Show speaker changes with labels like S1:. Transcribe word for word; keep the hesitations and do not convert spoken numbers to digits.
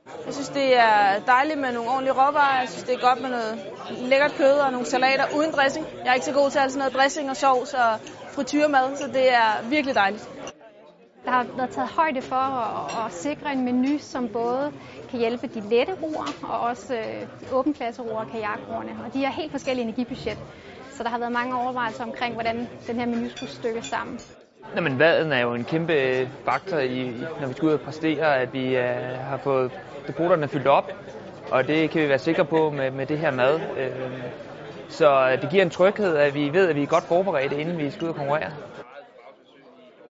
S1: Jeg synes, det er dejligt med nogle ordentlige råvarer. Jeg synes, det er godt med noget lækkert kød og nogle salater uden dressing. Jeg er ikke så god til alt sådan noget dressing og sovs og frityremad, så det er virkelig dejligt.
S2: Der har været taget højde for at, at sikre en menu, som både kan hjælpe de lette roer og også de åbenklasseroer og kajakroerne. Og de har helt forskellige energibudget, så der har været mange overvejelser omkring, hvordan den her menu skulle stykkes sammen.
S3: Jamen, vaden er jo en kæmpe faktor, i, når vi skal ud og præstere, at vi uh, har fået depoterne fyldt op, og det kan vi være sikre på med, med det her mad. Uh, så det giver en tryghed, at vi ved, at vi er godt forberedte, inden vi skal ud og konkurrere.